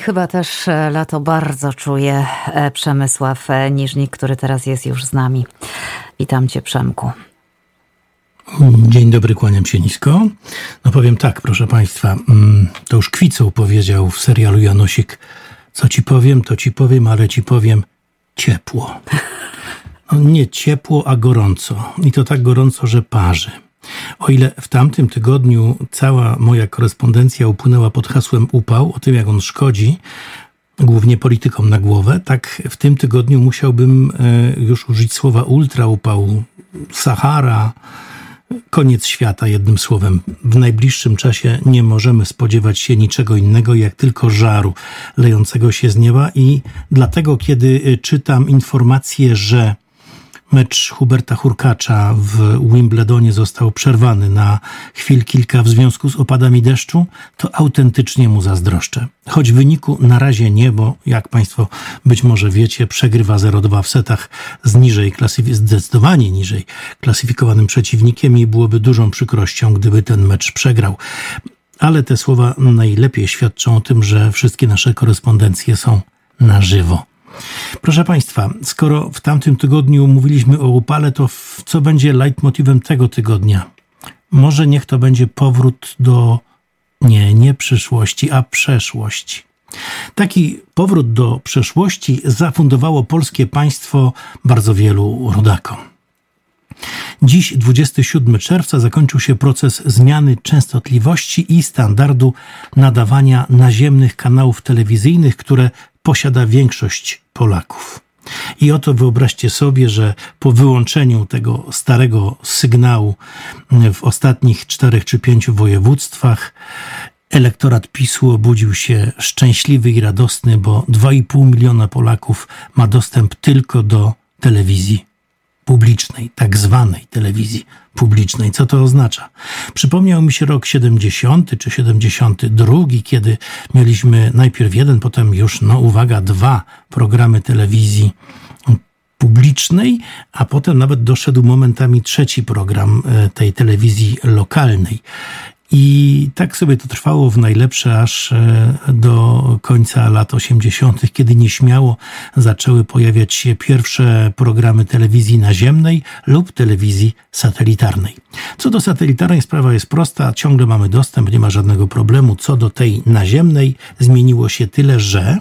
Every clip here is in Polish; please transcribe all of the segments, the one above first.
chyba też lato bardzo czuje Przemysław Niżnik, który teraz jest już z nami. Witam cię, Przemku. Dzień dobry, kłaniam się nisko. No powiem tak, proszę państwa, to już Kwicoł powiedział w serialu Janosik, co ci powiem, to ci powiem, ale ci powiem ciepło. No nie ciepło, a gorąco. I to tak gorąco, że parzy. O ile w tamtym tygodniu cała moja korespondencja upłynęła pod hasłem upał, o tym jak on szkodzi, głównie politykom na głowę, tak w tym tygodniu musiałbym już użyć słowa ultraupał, Sahara, koniec świata, jednym słowem. W najbliższym czasie nie możemy spodziewać się niczego innego, jak tylko żaru lejącego się z nieba i dlatego, kiedy czytam informację, że mecz Huberta Hurkacza w Wimbledonie został przerwany na chwil kilka w związku z opadami deszczu, to autentycznie mu zazdroszczę. Choć wyniku na razie nie, bo jak państwo być może wiecie, przegrywa 0-2 w setach z zdecydowanie niżej klasyfikowanym przeciwnikiem i byłoby dużą przykrością, gdyby ten mecz przegrał. Ale te słowa najlepiej świadczą o tym, że wszystkie nasze korespondencje są na żywo. Proszę państwa, skoro w tamtym tygodniu mówiliśmy o upale, to co będzie leitmotivem tego tygodnia? Może niech to będzie powrót do nie przyszłości, a przeszłości. Taki powrót do przeszłości zafundowało polskie państwo bardzo wielu rodakom. Dziś, 27 czerwca, zakończył się proces zmiany częstotliwości i standardu nadawania naziemnych kanałów telewizyjnych, które posiada większość Polaków. I oto wyobraźcie sobie, że po wyłączeniu tego starego sygnału w ostatnich 4 czy 5 województwach elektorat PiS-u obudził się szczęśliwy i radosny, bo 2,5 miliona Polaków ma dostęp tylko do telewizji publicznej, tak zwanej telewizji publicznej. Co to oznacza? Przypomniał mi się rok 70 czy 72, kiedy mieliśmy najpierw jeden, potem już, uwaga, 2 programy telewizji publicznej, a potem nawet doszedł momentami 3 program tej telewizji lokalnej. I tak sobie to trwało w najlepsze aż do końca lat 80., kiedy nieśmiało zaczęły pojawiać się pierwsze programy telewizji naziemnej lub telewizji satelitarnej. Co do satelitarnej, sprawa jest prosta, ciągle mamy dostęp, nie ma żadnego problemu. Co do tej naziemnej, zmieniło się tyle, że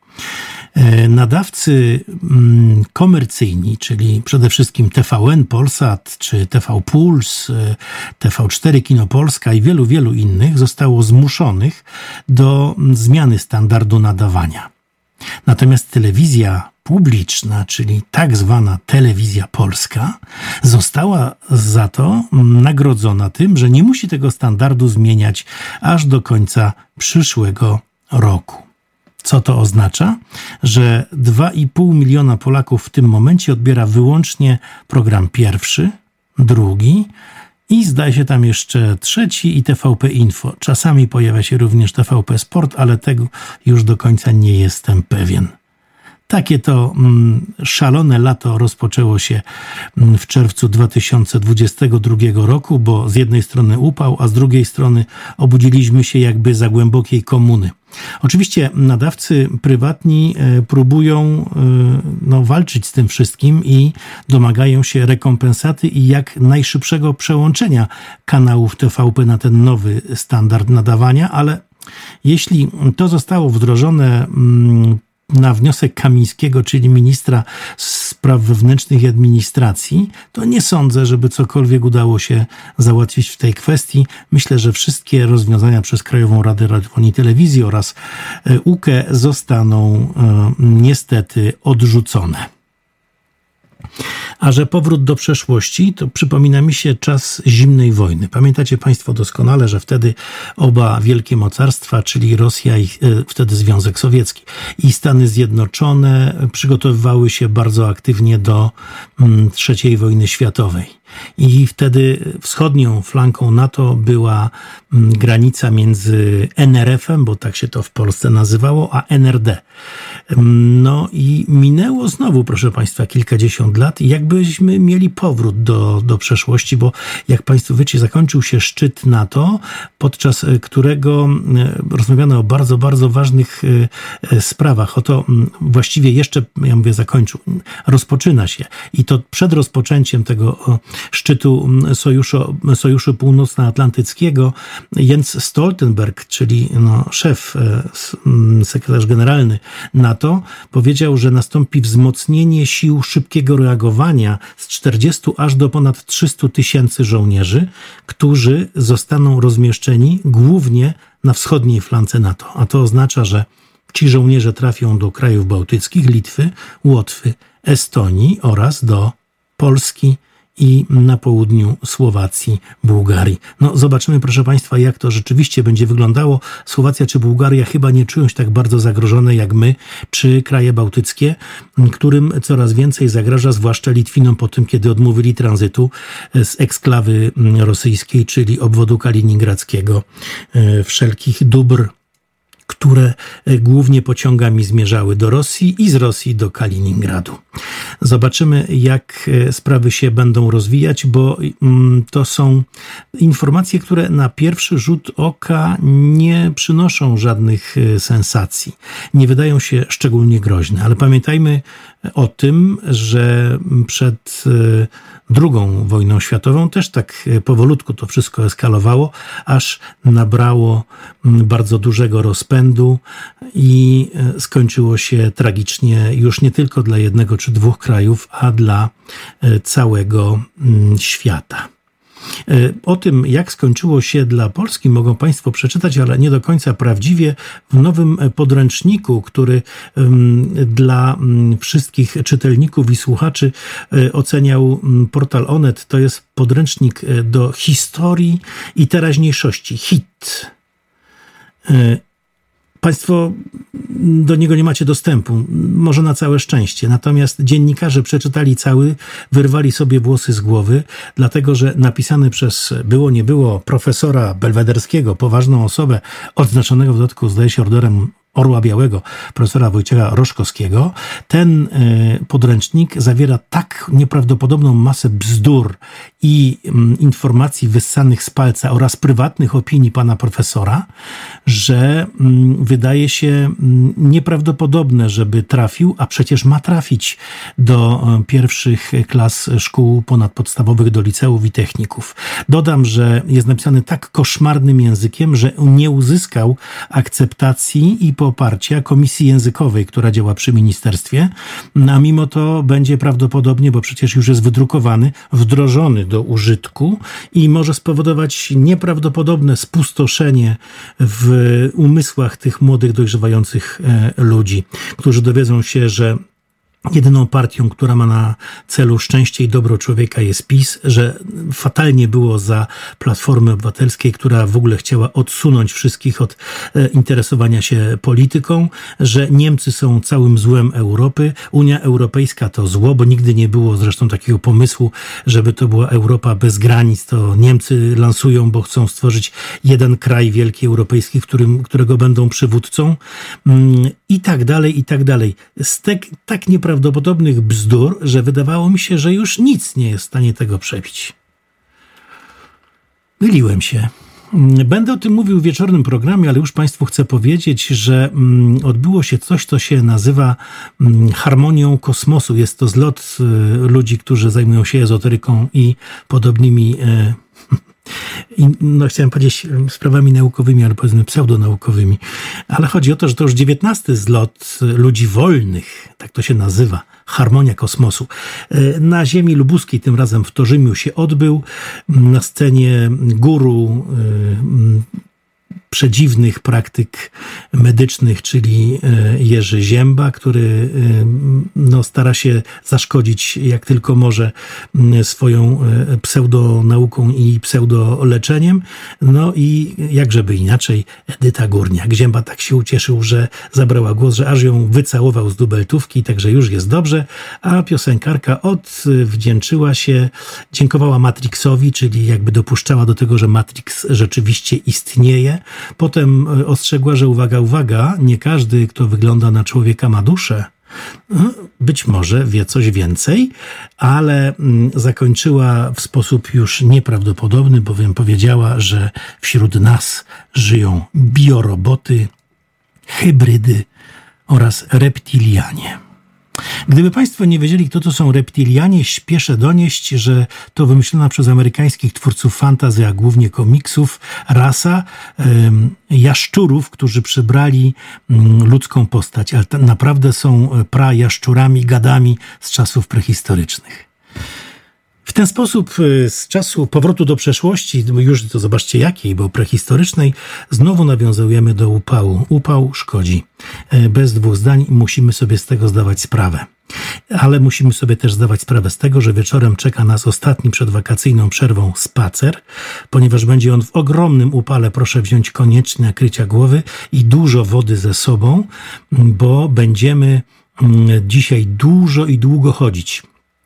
nadawcy komercyjni, czyli przede wszystkim TVN, Polsat, czy TV Puls, TV4, Kino Polska i wielu, wielu innych zostało zmuszonych do zmiany standardu nadawania. Natomiast telewizja publiczna, czyli tak zwana telewizja polska, została za to nagrodzona tym, że nie musi tego standardu zmieniać aż do końca przyszłego roku. Co to oznacza? Że 2,5 miliona Polaków w tym momencie odbiera wyłącznie program pierwszy, drugi i zdaje się tam jeszcze trzeci i TVP Info. Czasami pojawia się również TVP Sport, ale tego już do końca nie jestem pewien. Takie to szalone lato rozpoczęło się w czerwcu 2022 roku, bo z jednej strony upał, a z drugiej strony obudziliśmy się jakby za głębokiej komuny. Oczywiście nadawcy prywatni próbują walczyć z tym wszystkim i domagają się rekompensaty i jak najszybszego przełączenia kanałów TVP na ten nowy standard nadawania, ale jeśli to zostało wdrożone na wniosek Kamińskiego, czyli ministra spraw wewnętrznych i administracji, to nie sądzę, żeby cokolwiek udało się załatwić w tej kwestii. Myślę, że wszystkie rozwiązania przez Krajową Radę Radiofonii i Telewizji oraz UKE zostaną niestety odrzucone. A że powrót do przeszłości, to przypomina mi się czas zimnej wojny. Pamiętacie państwo doskonale, że wtedy oba wielkie mocarstwa, czyli Rosja i wtedy Związek Sowiecki i Stany Zjednoczone przygotowywały się bardzo aktywnie do III wojny światowej. I wtedy wschodnią flanką NATO była granica między NRF-em, bo tak się to w Polsce nazywało, a NRD. No i minęło znowu, proszę Państwa, kilkadziesiąt lat i jakbyśmy mieli powrót do przeszłości, bo jak Państwo wiecie, zakończył się szczyt NATO, podczas którego rozmawiano o bardzo, bardzo ważnych sprawach. Oto właściwie jeszcze, ja mówię, rozpoczyna się. I to przed rozpoczęciem tego szczytu Sojuszu Północnoatlantyckiego Jens Stoltenberg, czyli szef, sekretarz generalny NATO, powiedział, że nastąpi wzmocnienie sił szybkiego reagowania z 40 aż do ponad 300 tysięcy żołnierzy, którzy zostaną rozmieszczeni głównie na wschodniej flance NATO. A to oznacza, że ci żołnierze trafią do krajów bałtyckich, Litwy, Łotwy, Estonii oraz do Polski i na południu Słowacji, Bułgarii. Zobaczymy, proszę Państwa, jak to rzeczywiście będzie wyglądało. Słowacja czy Bułgaria chyba nie czują się tak bardzo zagrożone jak my, czy kraje bałtyckie, którym coraz więcej zagraża, zwłaszcza Litwinom po tym, kiedy odmówili tranzytu z eksklawy rosyjskiej, czyli obwodu kaliningradzkiego, wszelkich dóbr, które głównie pociągami zmierzały do Rosji i z Rosji do Kaliningradu. Zobaczymy, jak sprawy się będą rozwijać, bo to są informacje, które na pierwszy rzut oka nie przynoszą żadnych sensacji. Nie wydają się szczególnie groźne, ale pamiętajmy o tym, że przed II wojną światową też tak powolutku to wszystko eskalowało, aż nabrało bardzo dużego rozpędu i skończyło się tragicznie już nie tylko dla jednego czy dwóch krajów, a dla całego świata. O tym, jak skończyło się dla Polski, mogą Państwo przeczytać, ale nie do końca prawdziwie, w nowym podręczniku, który dla wszystkich czytelników i słuchaczy oceniał portal Onet. To jest podręcznik do historii i teraźniejszości. HIT. Państwo do niego nie macie dostępu, może na całe szczęście. Natomiast dziennikarze przeczytali cały, wyrwali sobie włosy z głowy, dlatego że napisany przez nie było profesora belwederskiego, poważną osobę, odznaczonego w dodatku, zdaje się, orderem Orła Białego, profesora Wojciecha Roszkowskiego. Ten podręcznik zawiera tak nieprawdopodobną masę bzdur i informacji wyssanych z palca oraz prywatnych opinii pana profesora, że wydaje się nieprawdopodobne, żeby trafił, a przecież ma trafić do pierwszych klas szkół ponadpodstawowych, do liceów i techników. Dodam, że jest napisany tak koszmarnym językiem, że nie uzyskał akceptacji i poparcia Komisji Językowej, która działa przy ministerstwie, a mimo to będzie prawdopodobnie, bo przecież już jest wydrukowany, wdrożony do użytku i może spowodować nieprawdopodobne spustoszenie w umysłach tych młodych, dojrzewających ludzi, którzy dowiedzą się, że jedyną partią, która ma na celu szczęście i dobro człowieka, jest PiS, że fatalnie było za Platformy Obywatelskiej, która w ogóle chciała odsunąć wszystkich od interesowania się polityką, że Niemcy są całym złem Europy, Unia Europejska to zło, bo nigdy nie było zresztą takiego pomysłu, żeby to była Europa bez granic, to Niemcy lansują, bo chcą stworzyć jeden kraj wielki europejski, którego będą przywódcą i tak dalej, i tak dalej. Z tak nieprawdopodobnych bzdur, że wydawało mi się, że już nic nie jest w stanie tego przebić. Myliłem się. Będę o tym mówił w wieczornym programie, ale już Państwu chcę powiedzieć, że odbyło się coś, co się nazywa harmonią kosmosu. Jest to zlot ludzi, którzy zajmują się ezoteryką i podobnymi chciałem powiedzieć sprawami naukowymi, ale powiedzmy pseudonaukowymi. Ale chodzi o to, że to już 19. zlot ludzi wolnych, tak to się nazywa, harmonia kosmosu. Na ziemi lubuskiej, tym razem w Torzymiu, się odbył. Na scenie guru przedziwnych praktyk medycznych, czyli Jerzy Zięba, który stara się zaszkodzić jak tylko może swoją pseudonauką i pseudoleczeniem. I jakżeby inaczej, Edyta Górniak. Zięba tak się ucieszył, że zabrała głos, że aż ją wycałował z dubeltówki, także już jest dobrze, a piosenkarka odwdzięczyła się, dziękowała Matrixowi, czyli jakby dopuszczała do tego, że Matrix rzeczywiście istnieje. Potem ostrzegła, że uwaga, nie każdy, kto wygląda na człowieka, ma duszę. Być może wie coś więcej, ale zakończyła w sposób już nieprawdopodobny, bowiem powiedziała, że wśród nas żyją bioroboty, hybrydy oraz reptilianie. Gdyby Państwo nie wiedzieli, kto to są reptilianie, śpieszę donieść, że to wymyślona przez amerykańskich twórców fantasy, a głównie komiksów, rasa jaszczurów, którzy przybrali ludzką postać, ale naprawdę są prajaszczurami, gadami z czasów prehistorycznych. W ten sposób z czasu powrotu do przeszłości, już to zobaczcie jakiej, bo prehistorycznej, znowu nawiązujemy do upału. Upał szkodzi. Bez dwóch zdań musimy sobie z tego zdawać sprawę. Ale musimy sobie też zdawać sprawę z tego, że wieczorem czeka nas ostatni przed wakacyjną przerwą spacer, ponieważ będzie on w ogromnym upale. Proszę wziąć koniecznie nakrycia głowy i dużo wody ze sobą, bo będziemy dzisiaj dużo i długo chodzić.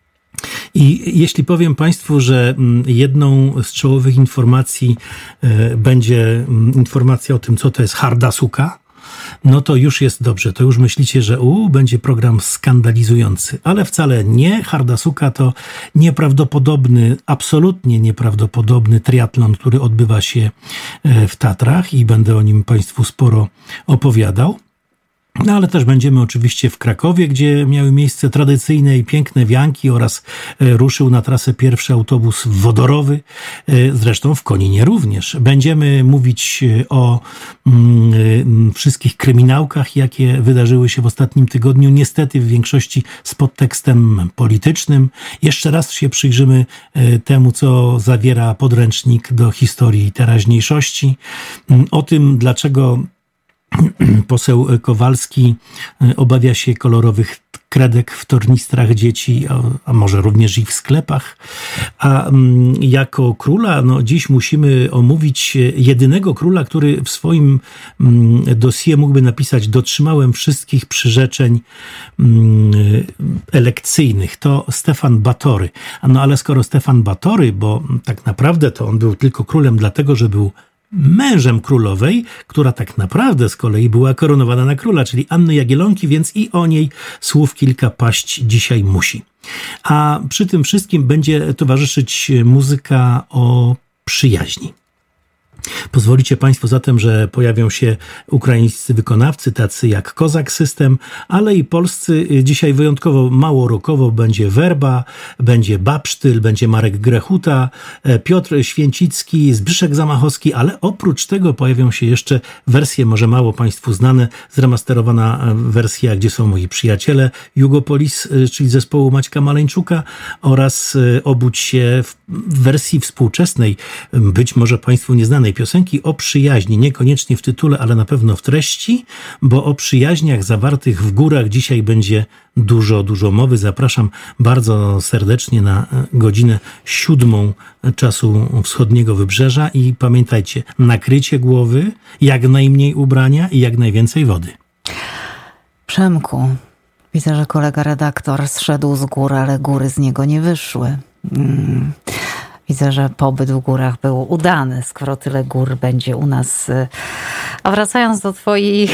I jeśli powiem Państwu, że jedną z czołowych informacji będzie informacja o tym, co to jest harda suka, no to już jest dobrze. To już myślicie, że będzie program skandalizujący. Ale wcale nie. Harda suka to nieprawdopodobny, absolutnie nieprawdopodobny triatlon, który odbywa się w Tatrach i będę o nim Państwu sporo opowiadał. No ale też będziemy oczywiście w Krakowie, gdzie miały miejsce tradycyjne i piękne wianki oraz ruszył na trasę pierwszy autobus wodorowy, zresztą w Koninie również. Będziemy mówić o wszystkich kryminałkach, jakie wydarzyły się w ostatnim tygodniu, niestety w większości z podtekstem politycznym. Jeszcze raz się przyjrzymy temu, co zawiera podręcznik do historii teraźniejszości, o tym, dlaczego poseł Kowalski obawia się kolorowych kredek w tornistrach dzieci, a może również i w sklepach. A jako króla, dziś musimy omówić jedynego króla, który w swoim dossier mógłby napisać: dotrzymałem wszystkich przyrzeczeń elekcyjnych. To Stefan Batory. Ale skoro Stefan Batory, bo tak naprawdę to on był tylko królem dlatego, że był mężem królowej, która tak naprawdę z kolei była koronowana na króla, czyli Anny Jagiellonki, więc i o niej słów kilka paść dzisiaj musi. A przy tym wszystkim będzie towarzyszyć muzyka o przyjaźni. Pozwolicie Państwo zatem, że pojawią się ukraińscy wykonawcy, tacy jak Kozak System, ale i polscy. Dzisiaj wyjątkowo mało rockowo będzie Werba, będzie Babsztyl, będzie Marek Grechuta, Piotr Święcicki, Zbyszek Zamachowski, ale oprócz tego pojawią się jeszcze wersje może mało Państwu znane, zremasterowana wersja Gdzie są moi przyjaciele, Jugopolis, czyli zespołu Maćka Maleńczuka, oraz Obudź się w wersji współczesnej, być może Państwu nieznanej piosenki o przyjaźni, niekoniecznie w tytule, ale na pewno w treści, bo o przyjaźniach zawartych w górach dzisiaj będzie dużo mowy. Zapraszam bardzo serdecznie na godzinę 7 czasu wschodniego wybrzeża i pamiętajcie, nakrycie głowy, jak najmniej ubrania i jak najwięcej wody. Przemku, widzę, że kolega redaktor zszedł z gór, ale góry z niego nie wyszły. Widzę, że pobyt w górach był udany, skoro tyle gór będzie u nas. A wracając do twoich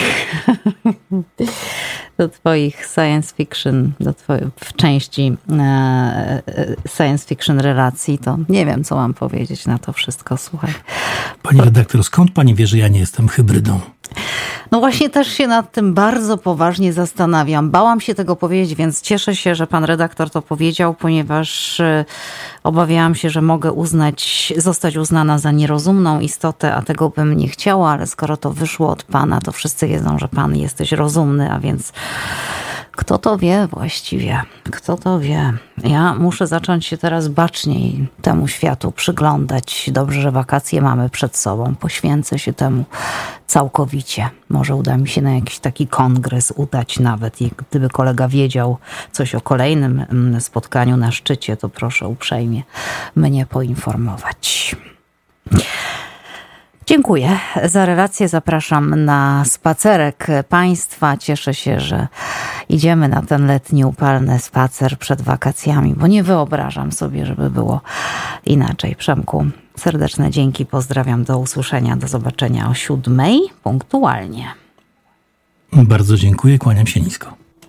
science fiction, w części science fiction relacji, to nie wiem, co mam powiedzieć na to wszystko, słuchaj. Pani redaktor, skąd pani wie, że ja nie jestem hybrydą? No właśnie też się nad tym bardzo poważnie zastanawiam. Bałam się tego powiedzieć, więc cieszę się, że pan redaktor to powiedział, ponieważ obawiałam się, że mogę zostać uznana za nierozumną istotę, a tego bym nie chciała, ale skoro to wyszło od pana, to wszyscy wiedzą, że pan jesteś rozumny, a więc kto to wie właściwie? Kto to wie? Ja muszę zacząć się teraz baczniej temu światu przyglądać. Dobrze, że wakacje mamy przed sobą. Poświęcę się temu całkowicie. Może uda mi się na jakiś taki kongres udać nawet. I gdyby kolega wiedział coś o kolejnym spotkaniu na szczycie, to proszę uprzejmie mnie poinformować. Dziękuję za relację. Zapraszam na spacerek Państwa. Cieszę się, że idziemy na ten letni, upalny spacer przed wakacjami, bo nie wyobrażam sobie, żeby było inaczej. Przemku, serdeczne dzięki. Pozdrawiam. Do usłyszenia. Do zobaczenia o 7:00 punktualnie. Bardzo dziękuję. Kłaniam się nisko.